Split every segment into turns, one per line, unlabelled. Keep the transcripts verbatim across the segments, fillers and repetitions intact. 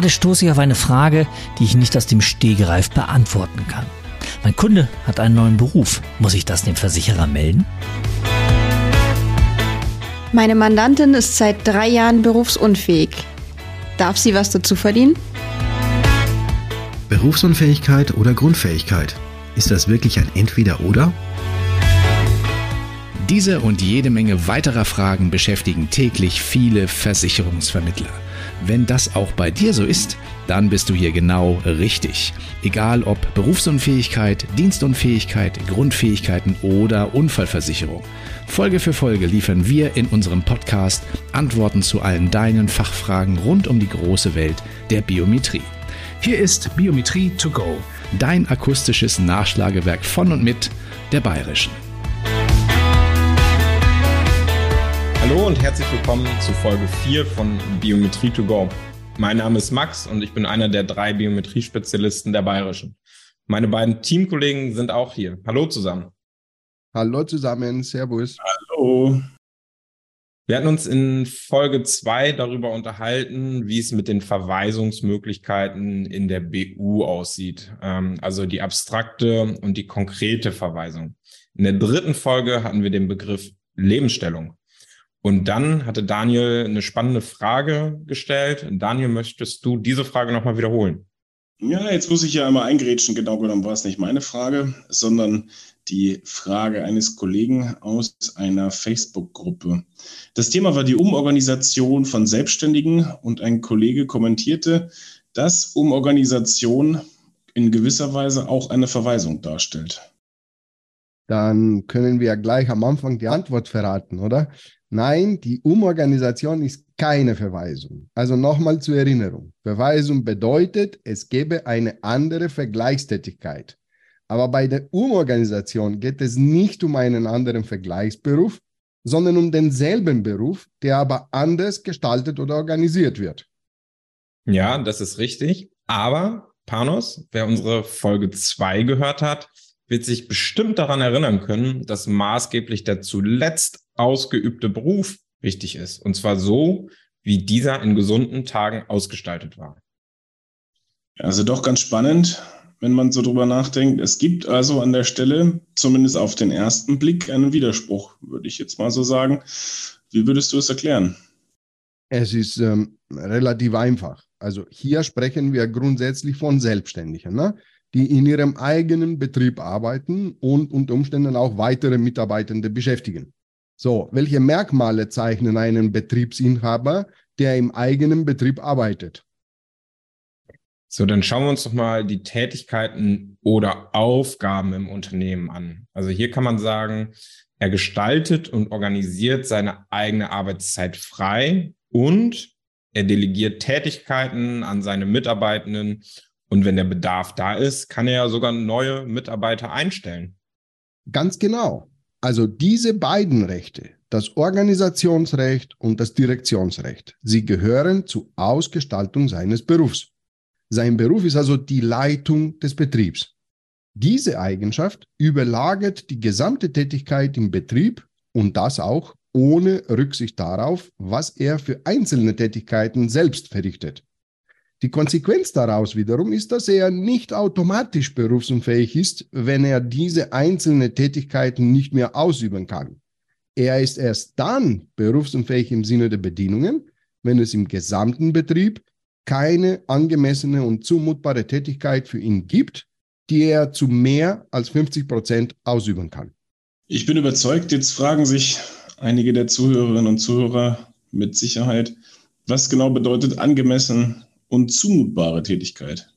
Gerade stoße ich auf eine Frage, die ich nicht aus dem Stegreif beantworten kann. Mein Kunde hat einen neuen Beruf. Muss ich das dem Versicherer melden?
Meine Mandantin ist seit drei Jahren berufsunfähig. Darf sie was dazu verdienen?
Berufsunfähigkeit oder Grundfähigkeit? Ist das wirklich ein Entweder-Oder?
Diese und jede Menge weiterer Fragen beschäftigen täglich viele Versicherungsvermittler. Wenn das auch bei dir so ist, dann bist du hier genau richtig. Egal ob Berufsunfähigkeit, Dienstunfähigkeit, Grundfähigkeiten oder Unfallversicherung. Folge für Folge liefern wir in unserem Podcast Antworten zu allen deinen Fachfragen rund um die große Welt der Biometrie. Hier ist Biometrie to go, dein akustisches Nachschlagewerk von und mit der Bayerischen.
Hallo und herzlich willkommen zu Folge vier von Biometrie to go. Mein Name ist Max und ich bin einer der drei Biometrie-Spezialisten der Bayerischen. Meine beiden Teamkollegen sind auch hier. Hallo zusammen.
Hallo zusammen, servus.
Hallo. Wir hatten uns in Folge zwei darüber unterhalten, wie es mit den Verweisungsmöglichkeiten in der B U aussieht. Also die abstrakte und die konkrete Verweisung. In der dritten Folge hatten wir den Begriff Lebensstellung. Und dann hatte Daniel eine spannende Frage gestellt. Daniel, möchtest du diese Frage nochmal wiederholen?
Ja, jetzt muss ich ja einmal eingrätschen. Genau genommen war es nicht meine Frage, sondern die Frage eines Kollegen aus einer Facebook-Gruppe. Das Thema war die Umorganisation von Selbstständigen und ein Kollege kommentierte, dass Umorganisation in gewisser Weise auch eine Verweisung darstellt.
Dann können wir gleich am Anfang die Antwort verraten, oder? Nein, die Umorganisation ist keine Verweisung. Also nochmal zur Erinnerung. Verweisung bedeutet, es gäbe eine andere Vergleichstätigkeit. Aber bei der Umorganisation geht es nicht um einen anderen Vergleichsberuf, sondern um denselben Beruf, der aber anders gestaltet oder organisiert wird.
Ja, das ist richtig. Aber, Panos, wer unsere Folge zwei gehört hat, wird sich bestimmt daran erinnern können, dass maßgeblich der zuletzt ausgeübte Beruf wichtig ist. Und zwar so, wie dieser in gesunden Tagen ausgestaltet war.
Also doch ganz spannend, wenn man so drüber nachdenkt. Es gibt also an der Stelle, zumindest auf den ersten Blick, einen Widerspruch, würde ich jetzt mal so sagen. Wie würdest du es erklären?
Es ist ähm, relativ einfach. Also hier sprechen wir grundsätzlich von Selbstständigen, ne? Die in ihrem eigenen Betrieb arbeiten und unter Umständen auch weitere Mitarbeitende beschäftigen. So, welche Merkmale zeichnen einen Betriebsinhaber, der im eigenen Betrieb arbeitet?
So, dann schauen wir uns doch mal die Tätigkeiten oder Aufgaben im Unternehmen an. Also hier kann man sagen, er gestaltet und organisiert seine eigene Arbeitszeit frei und er delegiert Tätigkeiten an seine Mitarbeitenden. Und wenn der Bedarf da ist, kann er ja sogar neue Mitarbeiter einstellen.
Ganz genau. Also diese beiden Rechte, das Organisationsrecht und das Direktionsrecht, sie gehören zur Ausgestaltung seines Berufs. Sein Beruf ist also die Leitung des Betriebs. Diese Eigenschaft überlagert die gesamte Tätigkeit im Betrieb und das auch ohne Rücksicht darauf, was er für einzelne Tätigkeiten selbst verrichtet. Die Konsequenz daraus wiederum ist, dass er nicht automatisch berufsunfähig ist, wenn er diese einzelnen Tätigkeiten nicht mehr ausüben kann. Er ist erst dann berufsunfähig im Sinne der Bedingungen, wenn es im gesamten Betrieb keine angemessene und zumutbare Tätigkeit für ihn gibt, die er zu mehr als fünfzig Prozent ausüben kann.
Ich bin überzeugt, jetzt fragen sich einige der Zuhörerinnen und Zuhörer mit Sicherheit, was genau bedeutet angemessen und zumutbare Tätigkeit?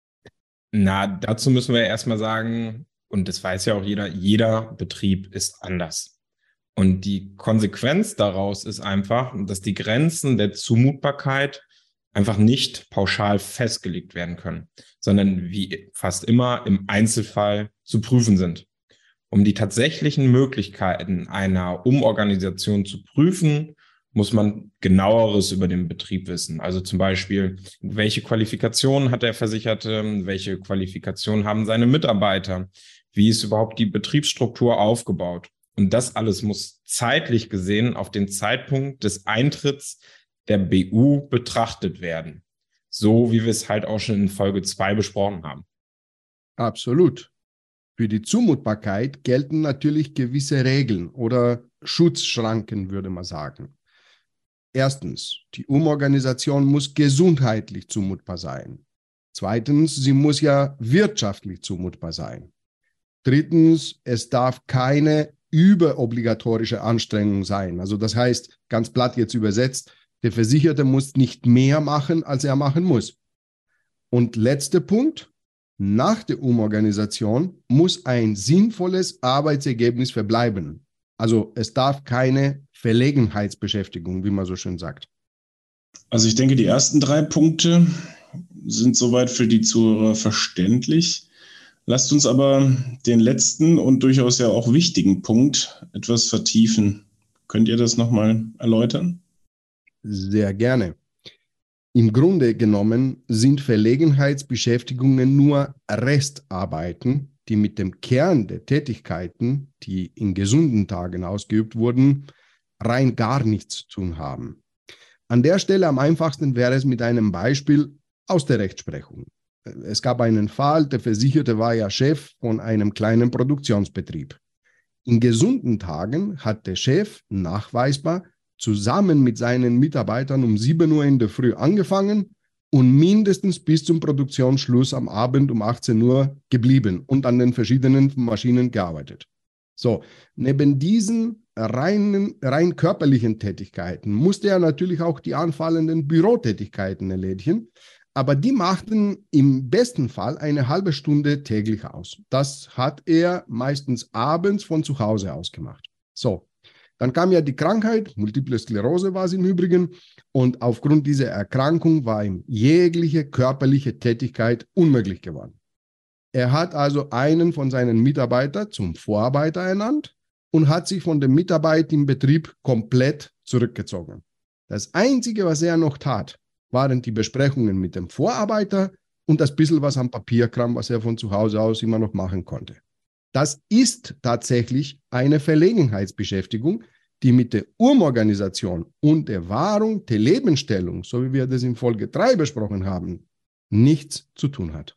Na, dazu müssen wir erstmal sagen, und das weiß ja auch jeder, jeder Betrieb ist anders. Und die Konsequenz daraus ist einfach, dass die Grenzen der Zumutbarkeit einfach nicht pauschal festgelegt werden können, sondern wie fast immer im Einzelfall zu prüfen sind. Um die tatsächlichen Möglichkeiten einer Umorganisation zu prüfen, muss man genaueres über den Betrieb wissen. Also zum Beispiel, welche Qualifikationen hat der Versicherte, welche Qualifikationen haben seine Mitarbeiter, wie ist überhaupt die Betriebsstruktur aufgebaut. Und das alles muss zeitlich gesehen auf den Zeitpunkt des Eintritts der B U betrachtet werden. so wie wir es halt auch schon in Folge zwei besprochen haben.
Absolut. Für die Zumutbarkeit gelten natürlich gewisse Regeln oder Schutzschranken, würde man sagen. Erstens, die Umorganisation muss gesundheitlich zumutbar sein. Zweitens, sie muss ja wirtschaftlich zumutbar sein. Drittens, es darf keine überobligatorische Anstrengung sein. Also das heißt, ganz platt jetzt übersetzt, der Versicherte muss nicht mehr machen, als er machen muss. Und letzter Punkt, nach der Umorganisation muss ein sinnvolles Arbeitsergebnis verbleiben. Also es darf keine Verlegenheitsbeschäftigung, wie man so schön sagt.
Also ich denke, die ersten drei Punkte sind soweit für die Zuhörer verständlich. Lasst uns aber den letzten und durchaus ja auch wichtigen Punkt etwas vertiefen. Könnt ihr das nochmal erläutern?
Sehr gerne. Im Grunde genommen sind Verlegenheitsbeschäftigungen nur Restarbeiten, die mit dem Kern der Tätigkeiten, die in gesunden Tagen ausgeübt wurden, rein gar nichts zu tun haben. An der Stelle am einfachsten wäre es mit einem Beispiel aus der Rechtsprechung. Es gab einen Fall, der Versicherte war ja Chef von einem kleinen Produktionsbetrieb. In gesunden Tagen hat der Chef nachweisbar zusammen mit seinen Mitarbeitern um sieben Uhr in der Früh angefangen und mindestens bis zum Produktionsschluss am Abend um achtzehn Uhr geblieben und an den verschiedenen Maschinen gearbeitet. So, neben diesen reinen, rein körperlichen Tätigkeiten musste er natürlich auch die anfallenden Bürotätigkeiten erledigen, aber die machten im besten Fall eine halbe Stunde täglich aus. Das hat er meistens abends von zu Hause aus gemacht. So, dann kam ja die Krankheit, Multiple Sklerose war es im Übrigen, und aufgrund dieser Erkrankung war ihm jegliche körperliche Tätigkeit unmöglich geworden. Er hat also einen von seinen Mitarbeitern zum Vorarbeiter ernannt und hat sich von der Mitarbeit im Betrieb komplett zurückgezogen. Das Einzige, was er noch tat, waren die Besprechungen mit dem Vorarbeiter und das bisschen was am Papierkram, was er von zu Hause aus immer noch machen konnte. Das ist tatsächlich eine Verlegenheitsbeschäftigung, die mit der Umorganisation und der Wahrung der Lebensstellung, so wie wir das in Folge drei besprochen haben, nichts zu tun hat.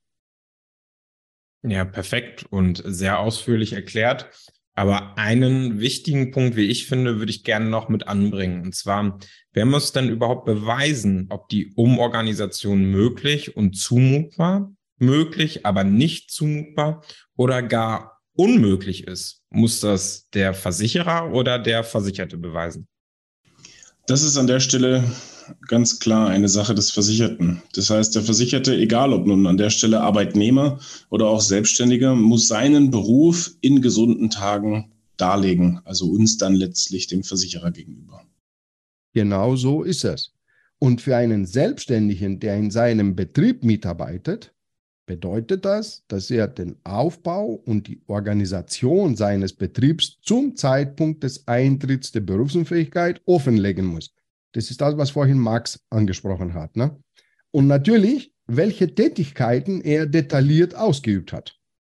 Ja, perfekt und sehr ausführlich erklärt. Aber einen wichtigen Punkt, wie ich finde, würde ich gerne noch mit anbringen. Und zwar, wer muss denn überhaupt beweisen, ob die Umorganisation möglich und zumutbar, möglich, aber nicht zumutbar oder gar unmöglich ist? Muss das der Versicherer oder der Versicherte beweisen?
Das ist an der Stelle ganz klar eine Sache des Versicherten. Das heißt, der Versicherte, egal ob nun an der Stelle Arbeitnehmer oder auch Selbstständiger, muss seinen Beruf in gesunden Tagen darlegen, also uns dann letztlich dem Versicherer gegenüber.
Genau so ist es. Und für einen Selbstständigen, der in seinem Betrieb mitarbeitet, bedeutet das, dass er den Aufbau und die Organisation seines Betriebs zum Zeitpunkt des Eintritts der Berufsunfähigkeit offenlegen muss. Das ist das, was vorhin Max angesprochen hat, ne? Und natürlich, welche Tätigkeiten er detailliert ausgeübt hat.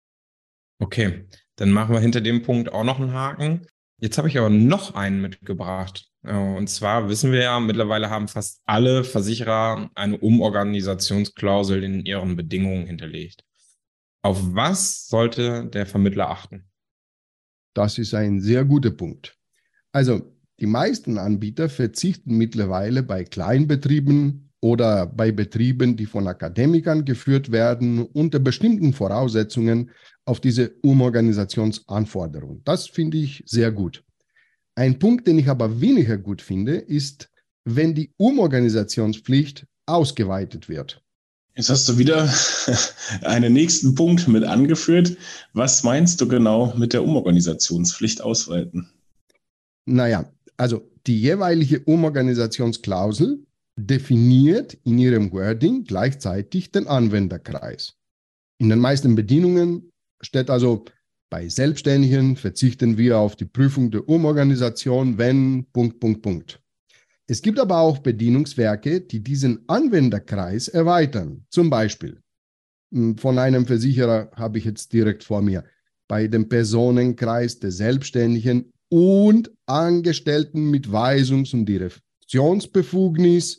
Okay, dann machen wir hinter dem Punkt auch noch einen Haken. Jetzt habe ich aber noch einen mitgebracht. Und zwar wissen wir ja, mittlerweile haben fast alle Versicherer eine Umorganisationsklausel in ihren Bedingungen hinterlegt. Auf was sollte der Vermittler achten?
Das ist ein sehr guter Punkt. Also, die meisten Anbieter verzichten mittlerweile bei Kleinbetrieben oder bei Betrieben, die von Akademikern geführt werden, unter bestimmten Voraussetzungen auf diese Umorganisationsanforderung. Das finde ich sehr gut. Ein Punkt, den ich aber weniger gut finde, ist, wenn die Umorganisationspflicht ausgeweitet wird.
Jetzt hast du wieder einen nächsten Punkt mit angeführt. Was meinst du genau mit der Umorganisationspflicht ausweiten?
Naja, also die jeweilige Umorganisationsklausel definiert in ihrem Wording gleichzeitig den Anwenderkreis. In den meisten Bedienungen steht also, bei Selbstständigen verzichten wir auf die Prüfung der Umorganisation, wenn, Punkt, Punkt, Punkt. Es gibt aber auch Bedienungswerke, die diesen Anwenderkreis erweitern. Zum Beispiel, von einem Versicherer habe ich jetzt direkt vor mir, bei dem Personenkreis der Selbstständigen und Angestellten mit Weisungs- und Direktionsbefugnis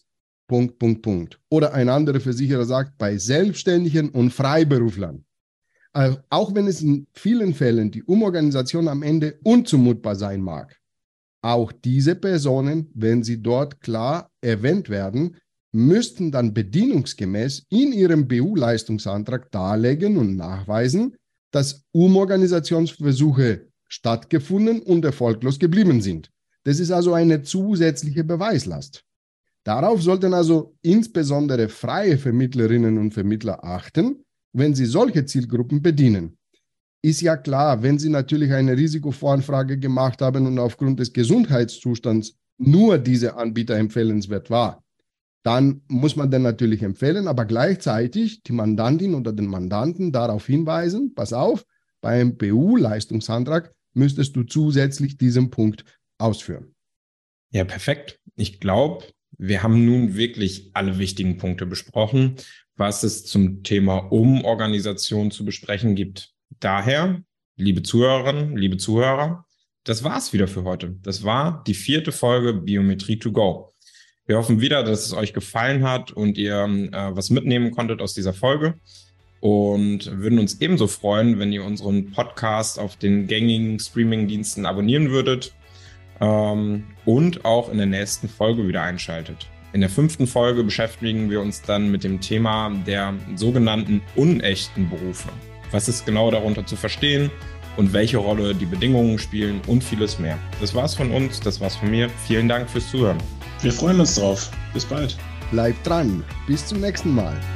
Punkt, Punkt, Punkt. Oder ein anderer Versicherer sagt, bei Selbstständigen und Freiberuflern. Also auch wenn es in vielen Fällen die Umorganisation am Ende unzumutbar sein mag, auch diese Personen, wenn sie dort klar erwähnt werden, müssten dann bedienungsgemäß in ihrem B U-Leistungsantrag darlegen und nachweisen, dass Umorganisationsversuche stattgefunden und erfolglos geblieben sind. Das ist also eine zusätzliche Beweislast. Darauf sollten also insbesondere freie Vermittlerinnen und Vermittler achten, wenn sie solche Zielgruppen bedienen. Ist ja klar, wenn sie natürlich eine Risikovoranfrage gemacht haben und aufgrund des Gesundheitszustands nur diese Anbieter empfehlenswert war, dann muss man den natürlich empfehlen, aber gleichzeitig die Mandantin oder den Mandanten darauf hinweisen, pass auf, beim B U-Leistungsantrag müsstest du zusätzlich diesen Punkt ausführen.
Ja, perfekt. Ich glaube, wir haben nun wirklich alle wichtigen Punkte besprochen, was es zum Thema Umorganisation zu besprechen gibt. Daher, liebe Zuhörerinnen, liebe Zuhörer, das war's wieder für heute. Das war die vierte Folge Biometrie to go. Wir hoffen wieder, dass es euch gefallen hat und ihr äh, was mitnehmen konntet aus dieser Folge und würden uns ebenso freuen, wenn ihr unseren Podcast auf den gängigen Streaming-Diensten abonnieren würdet ähm, und auch in der nächsten Folge wieder einschaltet. In der fünften Folge beschäftigen wir uns dann mit dem Thema der sogenannten unechten Berufe. Was ist genau darunter zu verstehen und welche Rolle die Bedingungen spielen und vieles mehr. Das war's von uns, das war's von mir. Vielen Dank fürs Zuhören.
Wir freuen uns drauf. Bis bald.
Bleibt dran. Bis zum nächsten Mal.